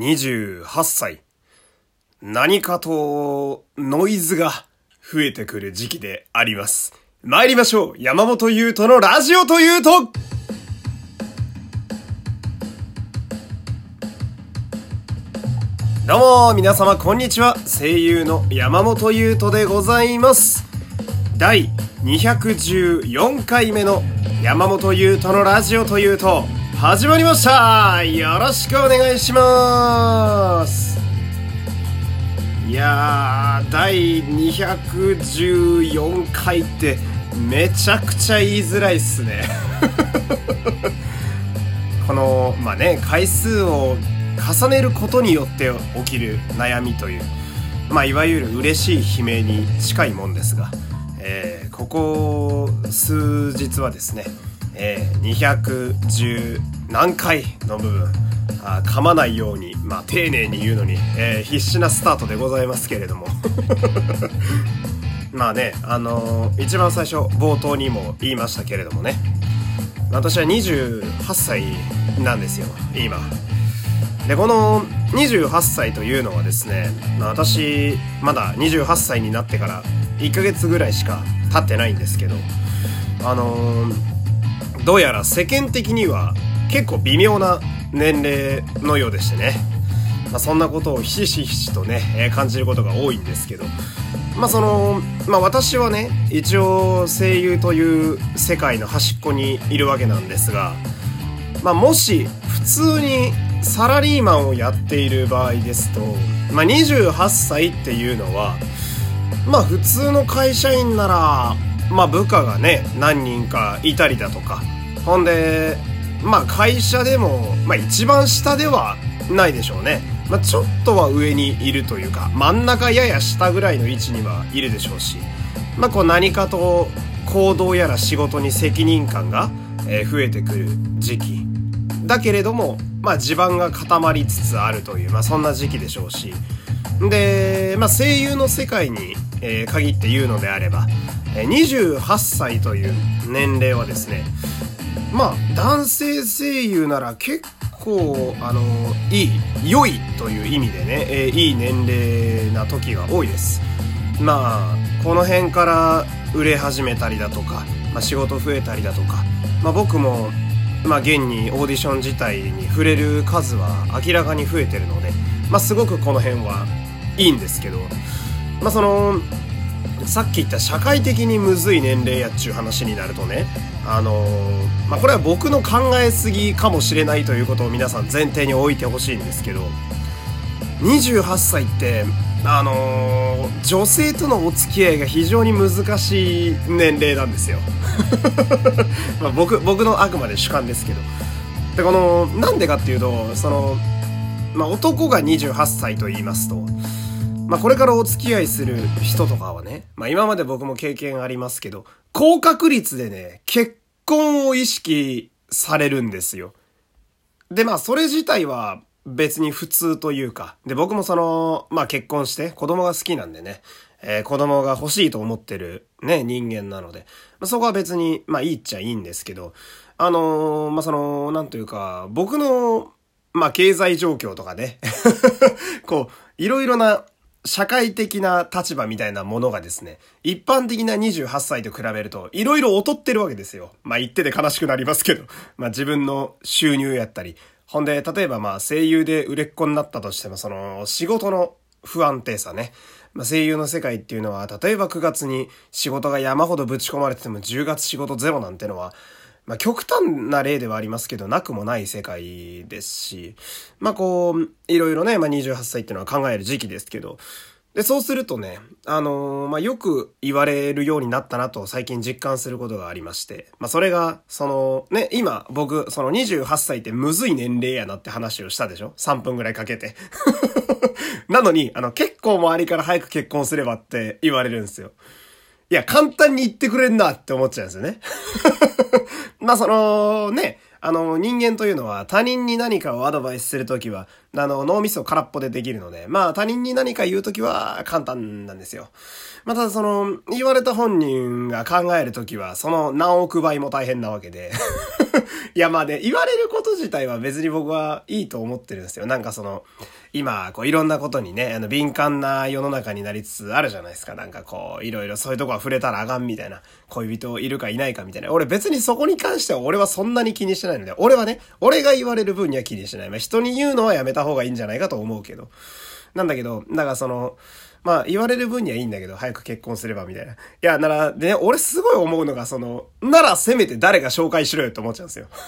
28歳。何かとノイズが増えてくる時期であります。参りましょう。山本優斗のラジオというと。どうも皆様こんにちは。声優の山本優斗でございます。第214回目の山本優斗のラジオというと始まりました。よろしくお願いします。いやー、第214回ってめちゃくちゃ言いづらいっすねこの回数を重ねることによって起きる悩みという、いわゆる嬉しい悲鳴に近いもんですが、ここ数日はですね、210何回の部分噛まないように、丁寧に言うのに、必死なスタートでございますけれども一番最初冒頭にも言いましたけれどもね、私は28歳なんですよ今で。この28歳というのはですね、私まだ28歳になってから1ヶ月ぐらいしか経ってないんですけど、どうやら世間的には結構微妙な年齢のようでしてね、そんなことをひしひしとね、感じることが多いんですけど、私はね一応声優という世界の端っこにいるわけなんですが、もし普通にサラリーマンをやっている場合ですと、28歳っていうのは普通の会社員なら部下がね何人かいたりだとか、ほんで会社でも一番下ではないでしょうね。ちょっとは上にいるというか、真ん中やや下ぐらいの位置にはいるでしょうし、何かと行動やら仕事に責任感が増えてくる時期だけれども、地盤が固まりつつあるという、そんな時期でしょうし、で、声優の世界に限って言うのであれば、28歳という年齢はですね、男性声優なら結構良いという意味でね、いい年齢な時が多いです。この辺から売れ始めたりだとか、仕事増えたりだとか、僕も現にオーディション自体に触れる数は明らかに増えてるので、すごくこの辺はいいんですけど、さっき言った社会的にむずい年齢やっちゅう話になるとね、これは僕の考えすぎかもしれないということを皆さん前提に置いてほしいんですけど、28歳って女性とのお付き合いが非常に難しい年齢なんですよ僕のあくまで主観ですけど、でなんでかっていうと、男が28歳と言いますと、これからお付き合いする人とかはね、今まで僕も経験ありますけど、高確率でね結婚を意識されるんですよ。でそれ自体は別に普通というか、で僕も結婚して子供が好きなんでね、子供が欲しいと思ってるね人間なので、そこは別にいいっちゃいいんですけど、なんというか僕の経済状況とかねいろいろな社会的な立場みたいなものがですね、一般的な28歳と比べるといろいろ劣ってるわけですよ。言ってて悲しくなりますけど、自分の収入やったり、ほんで例えば声優で売れっ子になったとしても、仕事の不安定さね、声優の世界っていうのは、例えば9月に仕事が山ほどぶち込まれてても10月仕事ゼロなんてのは、極端な例ではありますけどなくもない世界ですし、いろいろね、28歳っていうのは考える時期ですけど、でそうするとね、よく言われるようになったなと最近実感することがありまして、それが今僕28歳ってむずい年齢やなって話をしたでしょ、3分ぐらいかけてなのに結構周りから早く結婚すればって言われるんですよ。いや、簡単に言ってくれんなって思っちゃうんですよね人間というのは他人に何かをアドバイスするときは脳みそ空っぽでできるので、他人に何か言うときは簡単なんですよ。ただ言われた本人が考えるときはその何億倍も大変なわけでいやまあね、言われること自体は別に僕はいいと思ってるんですよ。なんか今、いろんなことにね、敏感な世の中になりつつあるじゃないですか。なんかいろいろそういうとこは触れたらあかんみたいな。恋人いるかいないかみたいな。俺別にそこに関しては俺はそんなに気にしてないので、俺はね、俺が言われる分には気にしてない。まあ人に言うのはやめた方がいいんじゃないかと思うけど。なんだけど、なんかまあ言われる分にはいいんだけど、早く結婚すればみたいな。いや、でね、俺すごい思うのがならせめて誰が紹介しろよって思っちゃうんですよ。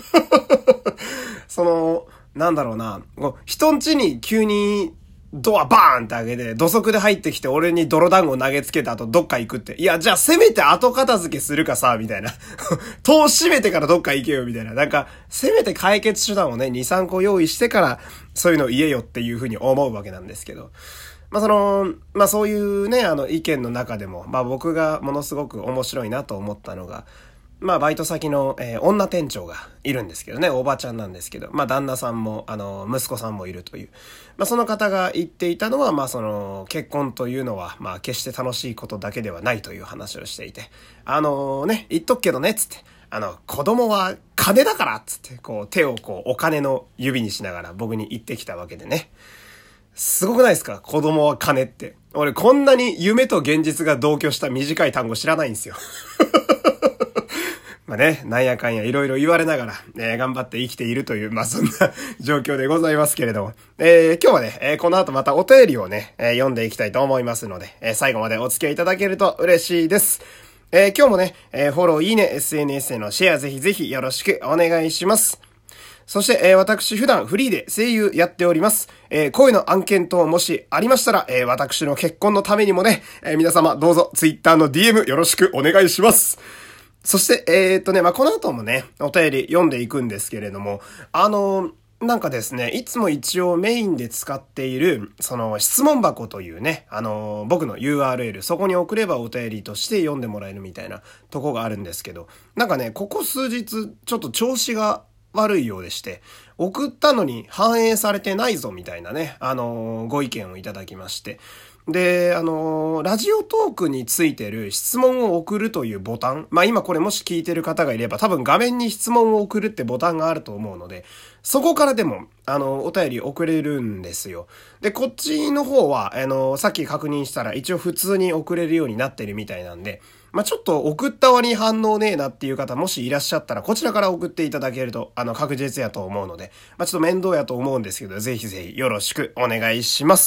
なんだろうな、人ん家に急にドアバーンって開けて、土足で入ってきて俺に泥団子投げつけた後どっか行くって。いや、じゃあせめて後片付けするかさ、みたいな。戸を閉めてからどっか行けよ、みたいな。なんか、せめて解決手段をね、2、3個用意してから、そういうの言えよっていうふうに思うわけなんですけど。まあまあそういうね、意見の中でも、まあ僕がものすごく面白いなと思ったのが、まあバイト先の、女店長がいるんですけどね、おばちゃんなんですけど、まあ旦那さんも、息子さんもいるという。まあその方が言っていたのは、まあ結婚というのは、まあ決して楽しいことだけではないという話をしていて、言っとくけどね、つって、子供は金だからつって、手をお金の指にしながら僕に言ってきたわけでね。すごくないですか？子供は金って。俺こんなに夢と現実が同居した短い単語知らないんですよ。まあね、なんやかんやいろいろ言われながら、頑張って生きているという、まあそんな状況でございますけれども。今日はね、この後またお便りをね、読んでいきたいと思いますので、最後までお付き合いいただけると嬉しいです。今日もね、フォロー、いいね、SNS へのシェアぜひぜひよろしくお願いします。そして、私普段フリーで声優やっております。声の案件等もしありましたら、私の結婚のためにもね、皆様どうぞ Twitter の DM よろしくお願いします。そして、まあ、この後もね、お便り読んでいくんですけれども、なんかですね、いつも一応メインで使っている、質問箱というね、僕の URL、そこに送ればお便りとして読んでもらえるみたいなとこがあるんですけど、なんかね、ここ数日、ちょっと調子が悪いようでして、送ったのに反映されてないぞみたいなね、ご意見をいただきまして、で、ラジオトークについてる質問を送るというボタン。まあ今これもし聞いてる方がいれば多分画面に質問を送るってボタンがあると思うので、そこからでも、お便り送れるんですよ。で、こっちの方は、さっき確認したら一応普通に送れるようになってるみたいなんで、まあちょっと送った割に反応ねえなっていう方もしいらっしゃったらこちらから送っていただけると、確実やと思うので、まあちょっと面倒やと思うんですけど、ぜひぜひよろしくお願いします。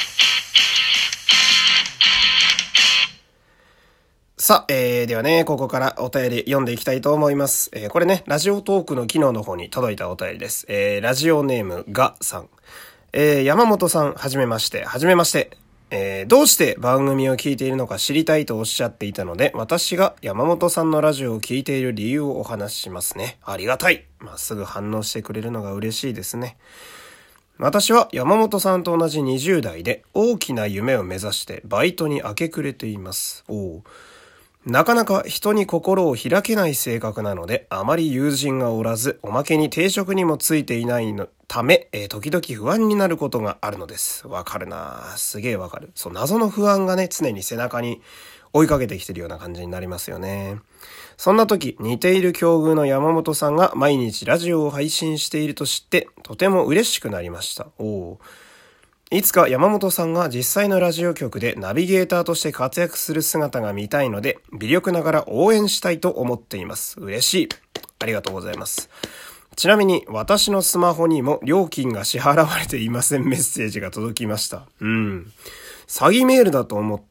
さあ、ではね、ここからお便り読んでいきたいと思います。これね、ラジオトークの機能の方に届いたお便りです。ラジオネームがさん。山本さん、はじめまして。はじめまして。どうして番組を聞いているのか知りたいとおっしゃっていたので、私が山本さんのラジオを聞いている理由をお話ししますね。ありがたい。まあ、すぐ反応してくれるのが嬉しいですね。私は山本さんと同じ20代で大きな夢を目指してバイトに明け暮れています。なかなか人に心を開けない性格なので、あまり友人がおらず、おまけに定職にもついていないのため、時々不安になることがあるのです。わかるなぁ。すげえわかる。そう、謎の不安がね、常に背中に追いかけてきてるような感じになりますよね。そんな時、似ている境遇の山本さんが毎日ラジオを配信していると知って、とても嬉しくなりました。いつか山本さんが実際のラジオ局でナビゲーターとして活躍する姿が見たいので、微力ながら応援したいと思っています。嬉しい。ありがとうございます。ちなみに私のスマホにも料金が支払われていませんメッセージが届きました。詐欺メールだと思って、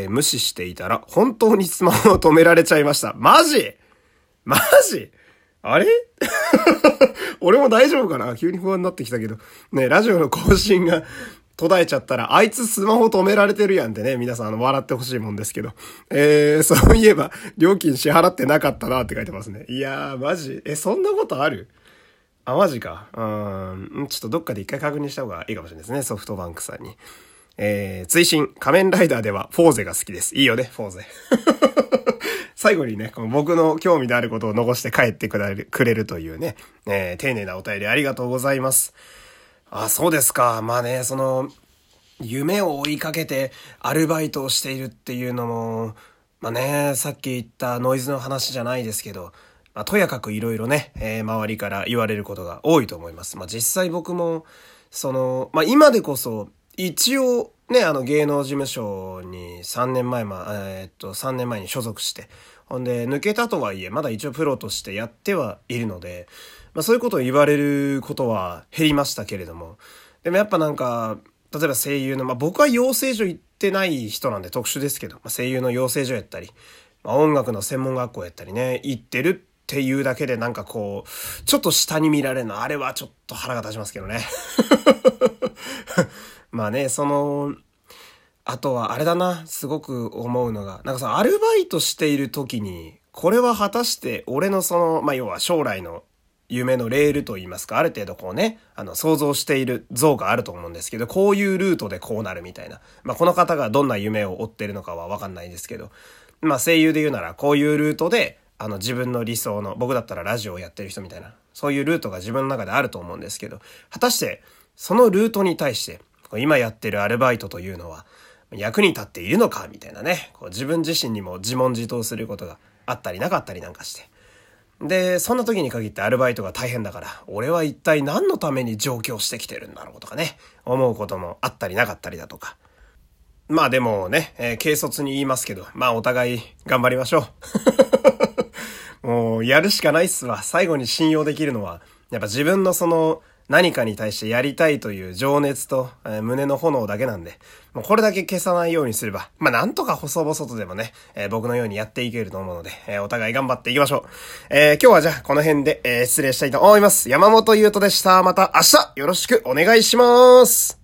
無視していたら本当にスマホを止められちゃいました。マジあれ俺も大丈夫かな？急に不安になってきたけど。ね、ラジオの更新が途絶えちゃったら、あいつスマホ止められてるやんってね、皆さん笑ってほしいもんですけど。そういえば、料金支払ってなかったなって書いてますね。いやー、マジそんなことある？マジか。ちょっとどっかで一回確認した方がいいかもしれないですね、ソフトバンクさんに。追伸、仮面ライダーではフォーゼが好きです。いいよね、フォーゼ。最後にね、この僕の興味であることを残して帰ってくれるというね、丁寧なお便りありがとうございます。そうですか。まあね、夢を追いかけてアルバイトをしているっていうのも、まあね、さっき言ったノイズの話じゃないですけど、 とやかくいろいろね、周りから言われることが多いと思います。実際僕も、今でこそ、一応ね、芸能事務所に3年前に所属して、ほんで、抜けたとはいえ、まだ一応プロとしてやってはいるので、そういうことを言われることは減りましたけれども、でもやっぱなんか、例えば声優の、僕は養成所行ってない人なんで特殊ですけど、声優の養成所やったり、音楽の専門学校やったりね、行ってるっていうだけでなんかこう、ちょっと下に見られるの、あれはちょっと腹が立ちますけどね。あとはあれだな、すごく思うのが、なんかアルバイトしている時に、これは果たして俺の要は将来の夢のレールと言いますか、ある程度こうね、想像している像があると思うんですけど、こういうルートでこうなるみたいな。この方がどんな夢を追ってるのかはわかんないですけど、声優で言うならこういうルートで、自分の理想の、僕だったらラジオをやってる人みたいな、そういうルートが自分の中であると思うんですけど、果たして、そのルートに対して、今やってるアルバイトというのは、役に立っているのかみたいなね、自分自身にも自問自答することがあったりなかったりなんかして。で、そんな時に限ってアルバイトが大変だから、俺は一体何のために上京してきてるんだろうとかね、思うこともあったりなかったりだとか。でもね、軽率に言いますけど、お互い頑張りましょう。もうやるしかないっすわ。最後に信用できるのは、やっぱ自分の何かに対してやりたいという情熱と、胸の炎だけなんで、もうこれだけ消さないようにすれば、なんとか細々とでもね、僕のようにやっていけると思うので、お互い頑張っていきましょう。今日はじゃあこの辺で、失礼したいと思います。山本優斗でした。また明日よろしくお願いします。